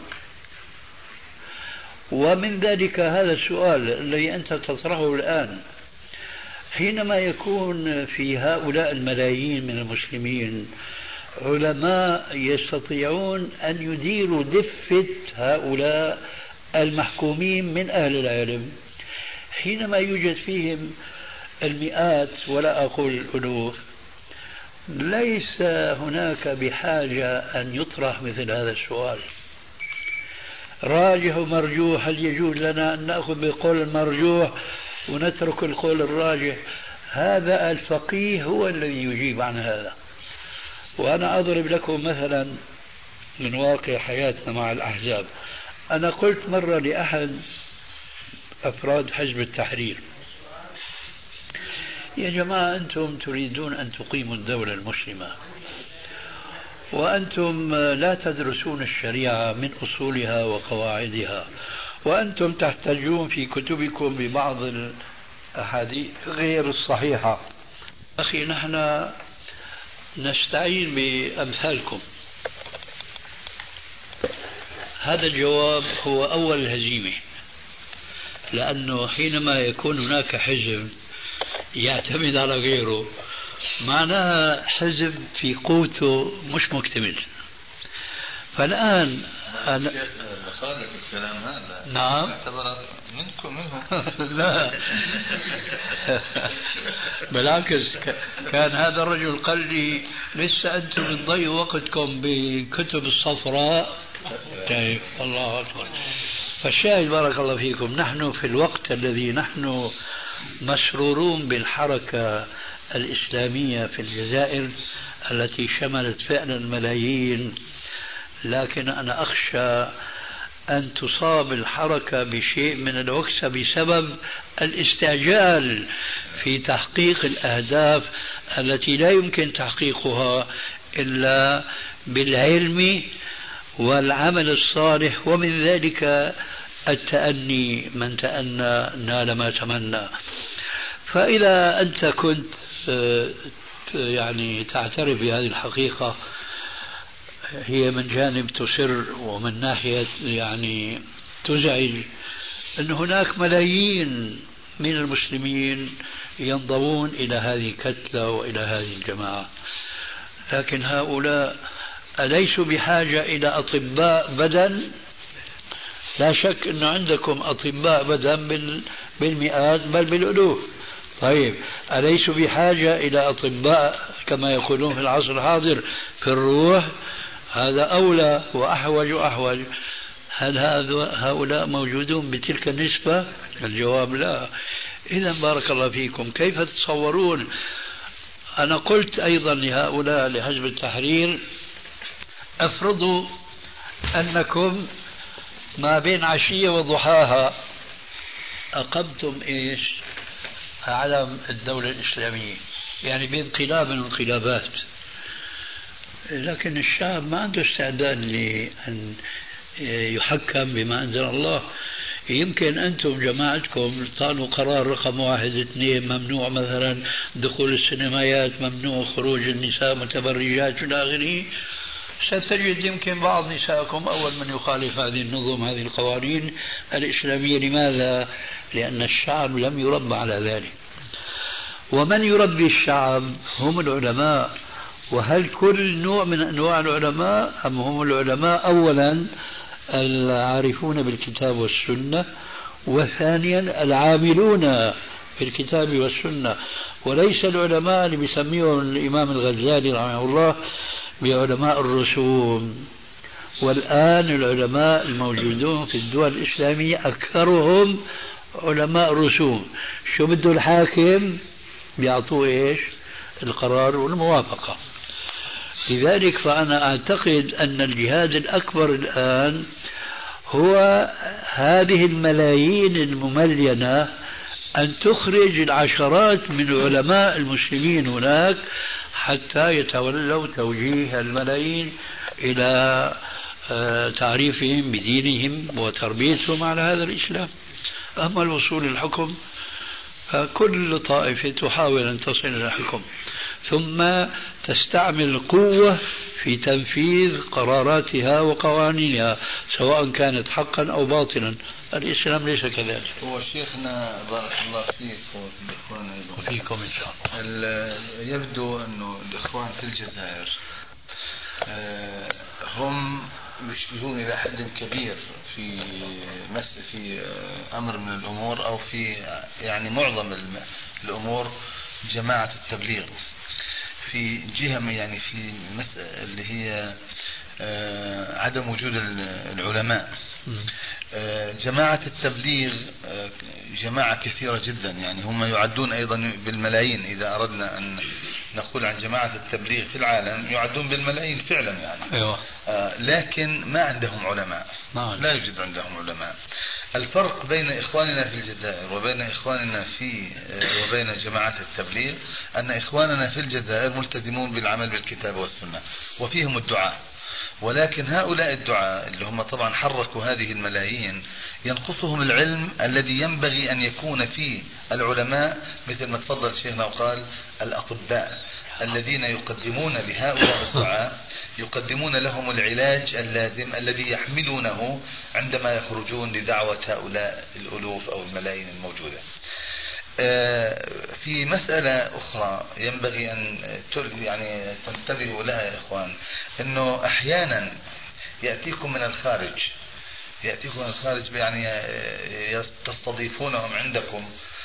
ومن ذلك هذا السؤال الذي أنت تطرحه الآن، حينما يكون في هؤلاء الملايين من المسلمين علماء يستطيعون أن يديروا دفة هؤلاء المحكومين من أهل العلم، حينما يوجد فيهم المئات ولا أقول الألوف، ليس هناك بحاجة أن يطرح مثل هذا السؤال: راجح ومرجوح، هل يجوز لنا أن نأخذ بالقول المرجوح ونترك القول الراجح؟ هذا الفقيه هو الذي يجيب عن هذا. وأنا أضرب لكم مثلا من واقع حياتنا مع الأحزاب. أنا قلت مرة لأحد أفراد حزب التحرير: يا جماعة، أنتم تريدون أن تقيموا الدولة المسلمة، وأنتم لا تدرسون الشريعة من أصولها وقواعدها، وأنتم تحتجون في كتبكم ببعض الأحاديث غير الصحيحة. أخي نحن نستعين بأمثالكم. هذا الجواب هو أول الهزيمة، لأنه حينما يكون هناك حزب يعتمد على غيره معناها حزب في قوته مش مكتمل. فالآن أنا خالف الكلام هذا. نعم اعتبر منهم لا بالعكس، كان هذا الرجل قال لي لسه أنتم بتضيعوا وقتكم بكتب الصفراء. طيب الله أكبر. فالشاهد بارك الله فيكم، نحن في الوقت الذي نحن مسرورون بالحركة الإسلامية في الجزائر التي شملت فعلا ملايين، لكن أنا أخشى أن تصاب الحركة بشيء من الوكسة بسبب الاستعجال في تحقيق الأهداف التي لا يمكن تحقيقها إلا بالعلم والعمل الصالح، ومن ذلك التأني، من تأنى نال ما تمنى. فإذا أنت كنت يعني تعترف بهذه الحقيقة، هي من جانب تسر ومن ناحية يعني تزعج أن هناك ملايين من المسلمين ينضمون إلى هذه الكتلة وإلى هذه الجماعة، لكن هؤلاء أليسوا بحاجة إلى أطباء بدن؟ لا شك أن عندكم أطباء بدن بالمئات بل بالألوف. طيب أليسوا بحاجة إلى أطباء كما يقولون في العصر الحاضر في الروح؟ هذا أولى وأحوج وأحوج. هل هؤلاء موجودون بتلك النسبة؟ الجواب لا. إذا بارك الله فيكم، كيف تتصورون؟ أنا قلت أيضا لهؤلاء لحزب التحرير افرضوا أنكم ما بين عشية وضحاها أقمتم إيش؟ علم الدولة الإسلامية، يعني بانقلاب من الانقلابات، لكن الشعب ما عنده استعداد لأن يحكم بما أنزل الله. يمكن أنتم جماعتكم طالوا قرار رقم 1 2 ممنوع مثلا دخول السينمايات، ممنوع خروج النساء متبرجات إلى آخره، ستجد يمكن بعض نسائكم أول من يخالف هذه النظم هذه القوانين الإسلامية. لماذا؟ لأن الشعب لم يربى على ذلك. ومن يربي الشعب هم العلماء. وهل كل نوع من أنواع العلماء أم هم العلماء أولا العارفون بالكتاب والسنة، وثانيا العاملون بالكتاب والسنة، وليس العلماء اللي بيسميهم الإمام الغزالي رحمه الله بعلماء الرسوم. والآن العلماء الموجودون في الدول الإسلامية أكثرهم علماء رسوم. شو بده الحاكم؟ بيعطوه إيش؟ القرار والموافقة. لذلك فأنا أعتقد أن الجهاد الأكبر الآن هو هذه الملايين المملينة، أن تخرج العشرات من علماء المسلمين هناك حتى يتولوا توجيه الملايين إلى تعريفهم بدينهم وتربيتهم على هذا الإسلام. أما الوصول للحكم فكل طائفة تحاول أن تصل إلى الحكم، ثم تستعمل القوة في تنفيذ قراراتها وقوانينها سواء كانت حقا أو باطلا. الإسلام ليس كذلك. هو شيخنا بارك الله فيك والإخوان أيضا وفيكم إن شاء الله. يبدو أنه الإخوان في الجزائر هم يشبهون إلى حد كبير في أمر من الأمور، أو في يعني معظم الأمور جماعة التبليغ، في جهة يعني في اللي هي عدم وجود العلماء. جماعة التبليغ جماعة كثيرة جدا، يعني هم يعدون أيضا بالملايين. إذا أردنا أن نقول عن جماعة التبليغ في العالم يعدون بالملايين فعلا يعني. أيوة. لكن ما عندهم علماء، لا يوجد عندهم علماء. الفرق بين إخواننا في الجزائر وبين إخواننا وبين جماعات التبليغ أن إخواننا في الجزائر ملتزمون بالعمل بالكتاب والسنة وفيهم الدعاء، ولكن هؤلاء الدعاء اللي هم طبعا حركوا هذه الملايين ينقصهم العلم الذي ينبغي أن يكون فيه العلماء، مثل ما تفضل شيخنا وقال الأطباء الذين يقدمون لهؤلاء الدعاء، يقدمون لهم العلاج اللازم الذي يحملونه عندما يخرجون لدعوة هؤلاء الألوف أو الملايين الموجودة. في مسألة أخرى ينبغي أن يعني تنتبهوا لها يا إخوان، أنه أحيانا يأتيكم من الخارج يعني تستضيفونهم عندكم،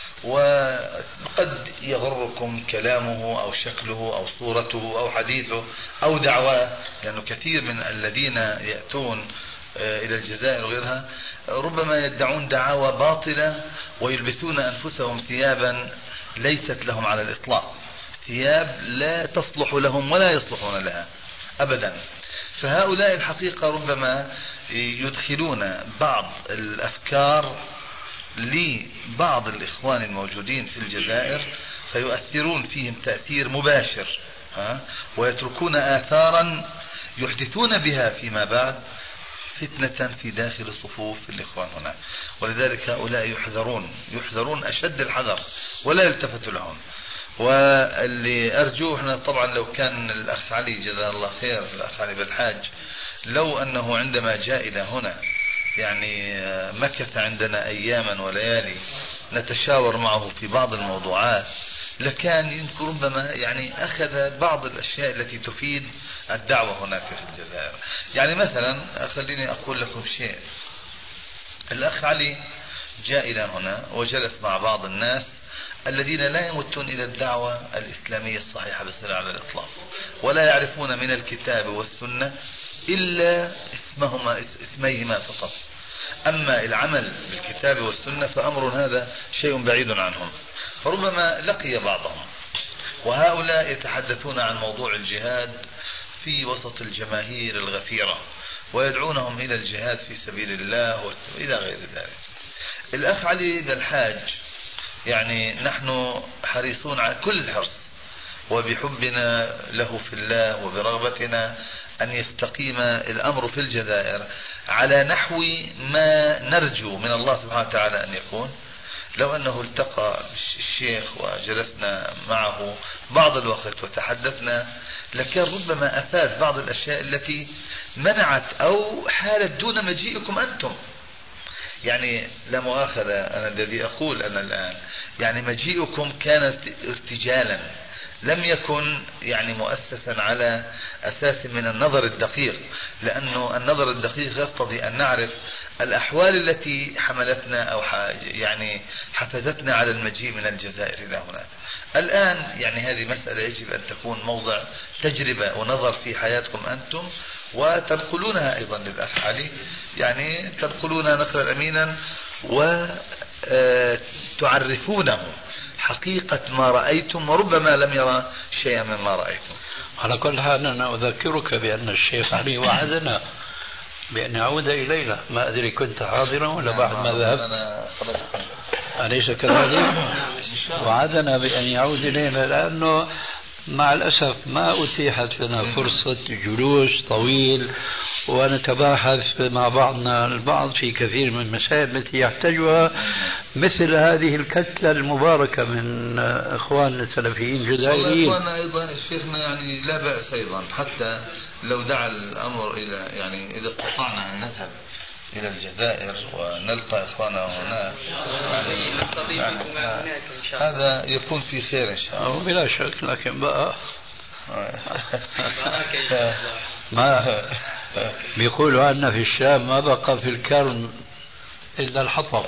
وقد يغركم كلامه أو شكله أو صورته أو حديثه أو دعواه، لأنه كثير من الذين يأتون إلى الجزائر وغيرها ربما يدعون دعاوى باطلة ويلبسون أنفسهم ثيابا ليست لهم على الإطلاق، ثياب لا تصلح لهم ولا يصلحون لها أبدا. فهؤلاء الحقيقة ربما يدخلون بعض الأفكار لبعض الإخوان الموجودين في الجزائر فيؤثرون فيهم تأثير مباشر، ويتركون آثارا يحدثون بها فيما بعد فتنة في داخل صفوف الإخوان هنا. ولذلك هؤلاء يحذرون أشد الحذر ولا يلتفت لهم. واللي أرجوه احنا طبعا لو كان الأخ علي جزاه الله خير، الأخ علي بالحاج، لو أنه عندما جاء إلى هنا يعني مكث عندنا أياما وليالي نتشاور معه في بعض الموضوعات، لكان يمكن ربما يعني أخذ بعض الأشياء التي تفيد الدعوة هناك في الجزائر. يعني مثلا خليني أقول لكم شيء. الأخ علي جاء إلى هنا وجلس مع بعض الناس الذين لا يمتون إلى الدعوة الإسلامية الصحيحة بصراحة على الإطلاق، ولا يعرفون من الكتاب والسنة إلا اسميهما فقط. أما العمل بالكتاب والسنة فأمر هذا شيء بعيد عنهم. فربما لقي بعضهم، وهؤلاء يتحدثون عن موضوع الجهاد في وسط الجماهير الغفيرة ويدعونهم إلى الجهاد في سبيل الله وإلى غير ذلك. الأخ علي بالحاج يعني نحن حريصون على كل الحرص وبحبنا له في الله وبرغبتنا أن يستقيم الأمر في الجزائر على نحو ما نرجو من الله سبحانه وتعالى أن يكون. لو أنه التقى الشيخ وجلسنا معه بعض الوقت وتحدثنا لكان ربما أفاد بعض الأشياء التي منعت أو حالت دون مجيئكم أنتم. يعني لا مؤاخذة أنا الذي أقول أنا الآن يعني مجيئكم كانت ارتجالا، لم يكن يعني مؤسسا على أساس من النظر الدقيق، لأنه النظر الدقيق يقتضي أن نعرف الأحوال التي حملتنا أو يعني حفزتنا على المجيء من الجزائر إلى هنا. الآن يعني هذه مسألة يجب أن تكون موضع تجربة ونظر في حياتكم أنتم، وتنقلونها أيضا للأخ علي، يعني تنقلونها نقلا أمينا وتعرفونه حقيقة ما رأيتم، وربما لم يرى شيئا مما رأيتم. على كل حال أنا أذكرك بأن الشيخ علي وعدنا بأن يعود إلينا، ما أدري كنت حاضرا ولا بعد ما ذهب، أليس كذلك؟ وعدنا بأن يعود إلينا، لأنه مع الأسف ما أتيحت لنا فرصة جلوس طويل ونتباحث مع بعضنا البعض في كثير من المسائل التي يحتاجها مثل هذه الكتلة المباركة من إخواننا السلفيين الجزائريين. إخواننا أيضا شيخنا يعني لا بأس أيضا حتى لو دعا الأمر إلى يعني إذا استطعنا أن نذهب إلى الجزائر ونلقى إخواننا هناك يعني هذا يكون في خير إن شاء الله بلا شك. لكن بقى ما بيقولوا عنا في الشام ما بقى في الكرم إلا الحطب.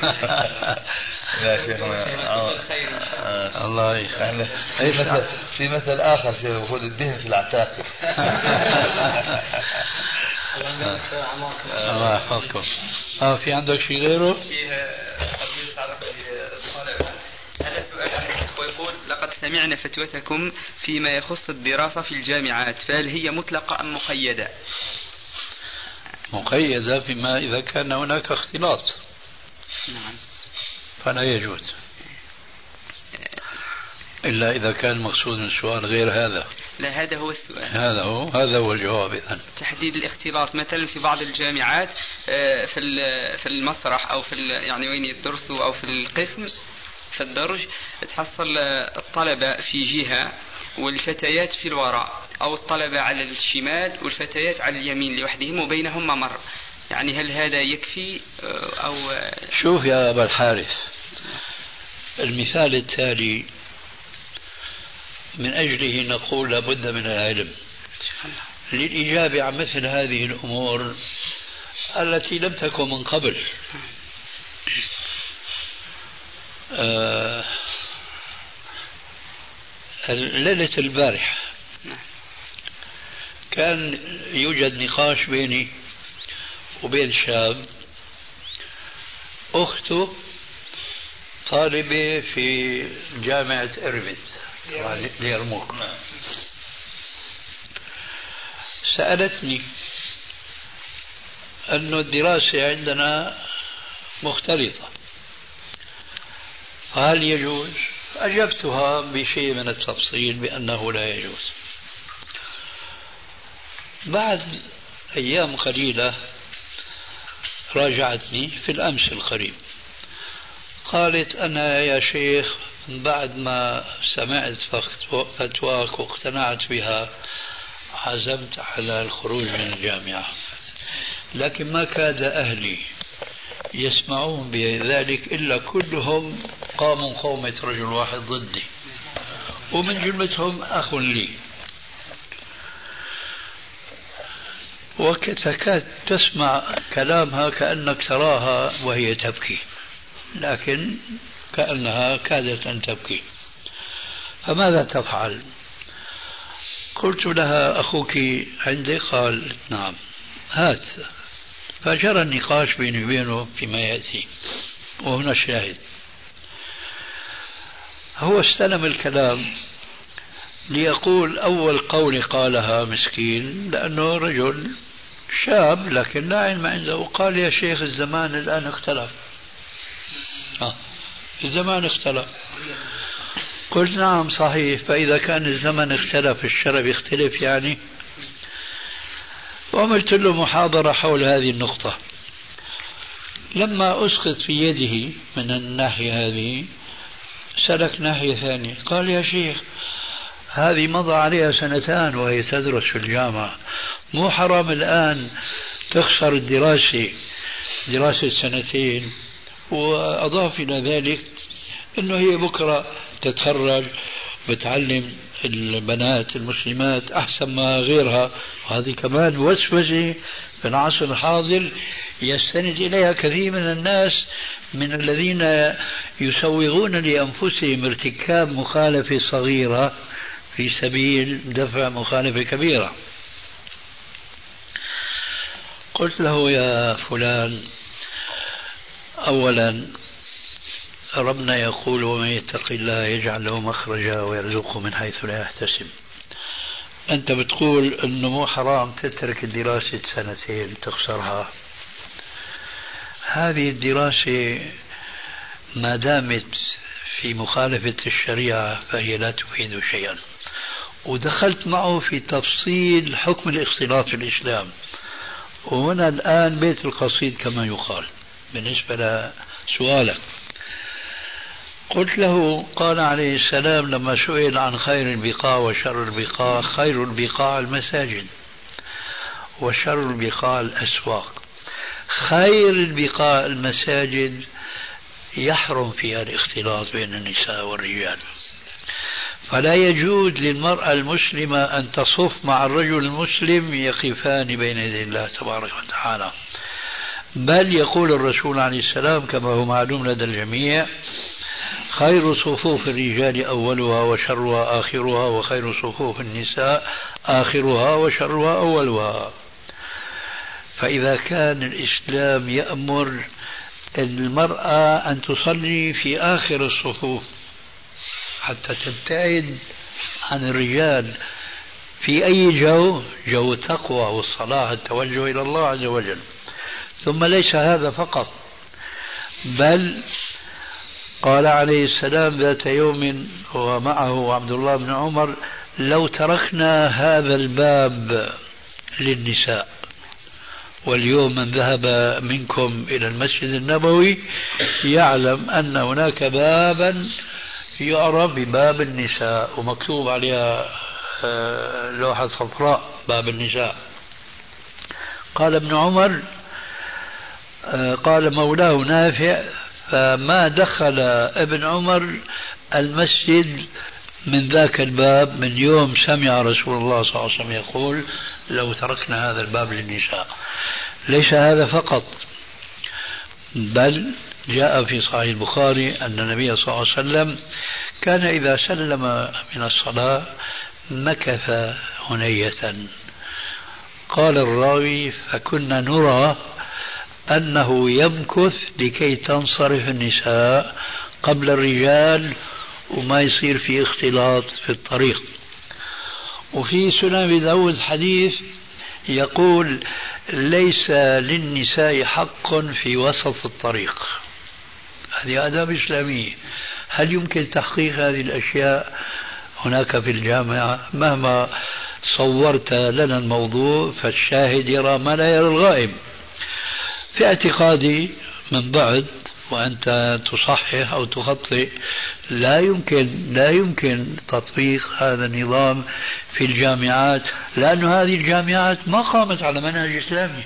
لا شيخنا الله في مثل آخر شيخ يقول الدهن في العتاقب. الله يحفظكم. في عندك شيء غيره؟ هذا سؤال ويقول: لقد سمعنا فتوتكم فيما يخص الدراسة في الجامعات، فهل هي مطلقة أم مقيدة؟ مقيدة فيما إذا كان هناك اختلاط. فلا يجوز، إلا إذا كان مقصود من السؤال غير هذا. لا، هذا هو السؤال. هذا هو الجواب. إذن تحديد الاختلاط مثلا في بعض الجامعات في المسرح أو يعني وين يدرسوا أو في القسم في الدرج، تحصل الطلبة في جهة والفتيات في الوراء، أو الطلبة على الشمال والفتيات على اليمين لوحدهم وبينهم ممر. يعني هل هذا يكفي أو؟ شوف يا أبا الحارث، المثال التالي من أجله نقول لابد من العلم للإجابة عن مثل هذه الأمور التي لم تكن من قبل. ليلة البارحة كان يوجد نقاش بيني وبين شاب، أخته طالبة في جامعة إيرفيد اليرموك، سألتني أن الدراسة عندنا مختلطة، فهل يجوز؟ أجبتها بشيء من التفصيل بأنه لا يجوز. بعد أيام قليلة راجعتني في الأمس القريب، قالت: أنا يا شيخ بعد ما سمعت فتواك واقتنعت بها عزمت على الخروج من الجامعة، لكن ما كاد أهلي يسمعون بذلك إلا كلهم قاموا قومة رجل واحد ضدي، ومن جملتهم أخ لي، وتكاد تسمع كلامها كأنك تراها وهي تبكي، لكن كأنها كادت أن تبكي. فماذا تفعل؟ قلت لها: أخوك عندك؟ قال: نعم. هات. فجرى النقاش بيني وبينه فيما يأتي، وهنا الشاهد. هو استلم الكلام ليقول أول قول قالها مسكين، لأنه رجل شاب لكن لا علم عنده، قال: يا شيخ الزمان الآن اختلف. الزمان اختلف. قلت: نعم صحيح، فإذا كان الزمن اختلف الشرب يختلف يعني. وعملت له محاضرة حول هذه النقطة. لما أسقط في يده من الناحية هذه سلك ناحية ثانية، قال: يا شيخ هذه مضى عليها 2 وهي تدرس في الجامعة، مو حرام الآن تخسر دراسة 2. وأضاف إلى ذلك أنه هي بكرة تتخرج بتعلم البنات المسلمات أحسن ما غيرها، وهذه كمان وسوسة في العصر الحاضر يستند إليها كثير من الناس من الذين يسوغون لأنفسهم ارتكاب مخالفة صغيرة في سبيل دفع مخالفة كبيرة. قلت له: يا فلان، أولا ربنا يقول: ومن يتق الله يجعل له مخرجا ويرزقه من حيث لا يحتسب. أنت بتقول أنه مو حرام تترك الدراسة 2 تخسرها. هذه الدراسة ما دامت في مخالفة الشريعة فهي لا تفيد شيئا. ودخلت معه في تفصيل حكم الاختلاط في الإسلام، وهنا الآن بيت القصيد كما يقال بالنسبة لسؤالك. قلت له: قال عليه السلام لما سئل عن خير البقاع وشر البقاع: خير البقاع المساجد وشر البقاع الأسواق. خير البقاع المساجد يحرم فيها الاختلاط بين النساء والرجال، فلا يجوز للمرأة المسلمة أن تصف مع الرجل المسلم يقفان بين يدي الله تبارك وتعالى. بل يقول الرسول عليه السلام كما هو معلوم لدى الجميع: خير صفوف الرجال أولها وشرها آخرها، وخير صفوف النساء آخرها وشرها أولها. فإذا كان الإسلام يأمر المرأة أن تصلي في آخر الصفوف حتى تبتعد عن الرجال في أي جو التقوى والصلاة، التوجه إلى الله عز وجل. ثم ليس هذا فقط، بل قال عليه السلام ذات يوم ومعه عبد الله بن عمر: لو تركنا هذا الباب للنساء، واليوم من ذهب منكم إلى المسجد النبوي يعلم أن هناك بابا يعرف بباب النساء ومكتوب عليها لوحة صفراء باب النساء. قال ابن عمر، قال مولاه نافع: فما دخل ابن عمر المسجد من ذاك الباب من يوم سمع رسول الله صلى الله عليه وسلم يقول: لو تركنا هذا الباب للنساء. ليس هذا فقط، بل جاء في صحيح البخاري أن النبي صلى الله عليه وسلم كان إذا سلم من الصلاة مكث هنية. قال الراوي: فكنا نرى أنه يمكث لكي تنصرف النساء قبل الرجال وما يصير في اختلاط في الطريق. وفي سنن أبي داود حديث يقول: ليس للنساء حق في وسط الطريق. هذه آداب إسلامية. هل يمكن تحقيق هذه الأشياء هناك في الجامعة؟ مهما صورت لنا الموضوع فالشاهد يرى ما لا يرى الغائب. في اعتقادي من بعد، وأنت تصحح أو تخطئ، لا يمكن تطبيق هذا النظام في الجامعات، لأن هذه الجامعات ما قامت على منهج إسلامي.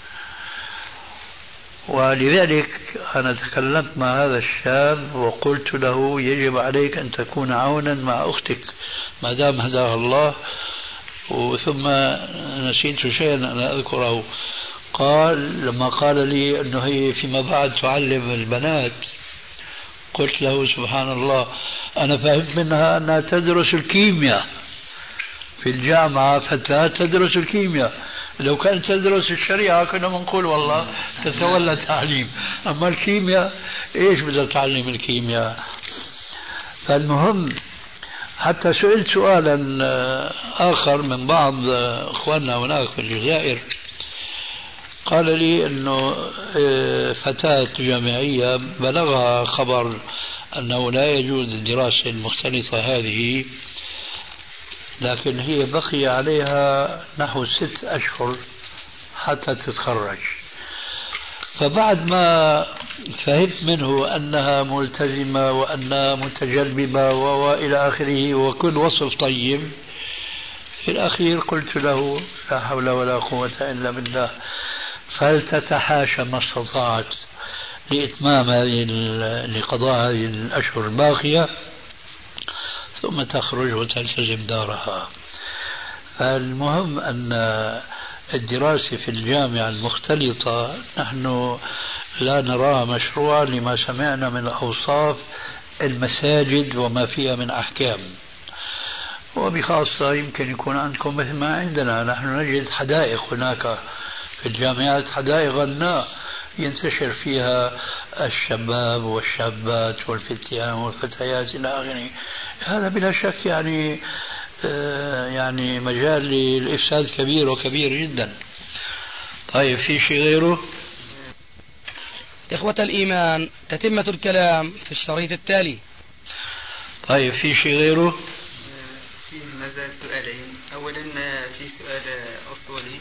ولذلك أنا تكلمت مع هذا الشاب وقلت له: يجب عليك أن تكون عونا مع أختك ما دام هداها الله. ثم نسيت شيئا أنا أذكره. قال لما قال لي أنه هي فيما بعد تعلم البنات، قلت له: سبحان الله، أنا فهمت منها أنها تدرس الكيمياء في الجامعة، فتاة تدرس الكيمياء. لو كانت تدرس الشريعة كنا بنقول والله تتولى تعليم، أما الكيمياء إيش بدها تعلم الكيمياء؟ فالمهم، حتى سئلت سؤالا آخر من بعض أخواننا هناك في الجزائر، قال لي أنه فتاة جامعية بلغها خبر أنه لا يجوز الدراسة المختلطة هذه، لكن هي بقي عليها نحو 6 أشهر حتى تتخرج. فبعد ما فهمت منه أنها ملتزمة وأنها متجلبة وإلى آخره وكل وصف طيب، في الأخير قلت له: لا حول ولا قوة إلا بالله، فلتتحاشى ما استطاعت لإتمام لقضاء هذه الأشهر الباقية ثم تخرج وتلتزم دارها. المهم أن الدراسة في الجامعة المختلطة نحن لا نراها مشروعا لما سمعنا من أوصاف المساجد وما فيها من أحكام، وبخاصة يمكن يكون عندكم مثل ما عندنا. نحن نجد حدائق هناك في الجامعات، حدائق غناء ينتشر فيها الشباب والشابات والفتيان والفتيات إلى آخره. هذا بلا شك يعني مجال للإفساد كبير وكبير جدا. طيب، في شيء غيره؟ إخوة الإيمان، تتمة الكلام في الشريط التالي. طيب، في شيء غيره؟ في مازال سؤالين. أولا في سؤال أصولي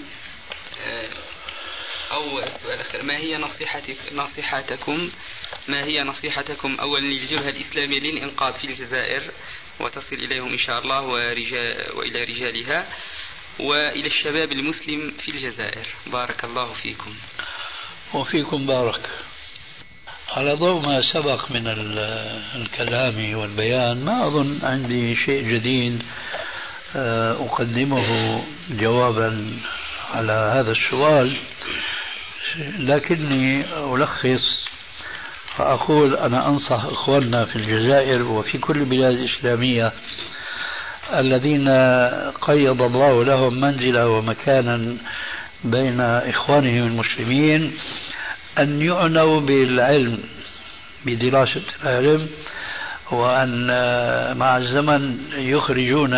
أو السؤال الأخير: ما هي نصيحتكم أولا للجبهة الإسلامية للإنقاذ في الجزائر وتصل إليهم إن شاء الله وإلى رجالها، وإلى الشباب المسلم في الجزائر؟ بارك الله فيكم. وفيكم بارك. على ضوء ما سبق من الكلام والبيان، ما أظن عندي شيء جديد أقدمه جوابا على هذا السؤال، لكني ألخص فأقول: أنا أنصح إخواننا في الجزائر وفي كل البلاد الإسلامية الذين قيض الله لهم منزلة ومكانا بين إخوانهم المسلمين أن يعنوا بالعلم، بدراسة العلم، وأن مع الزمن يخرجون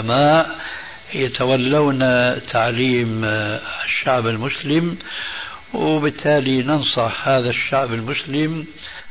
علماء يتولون تعليم الشعب المسلم وبالتالي ننصح هذا الشعب المسلم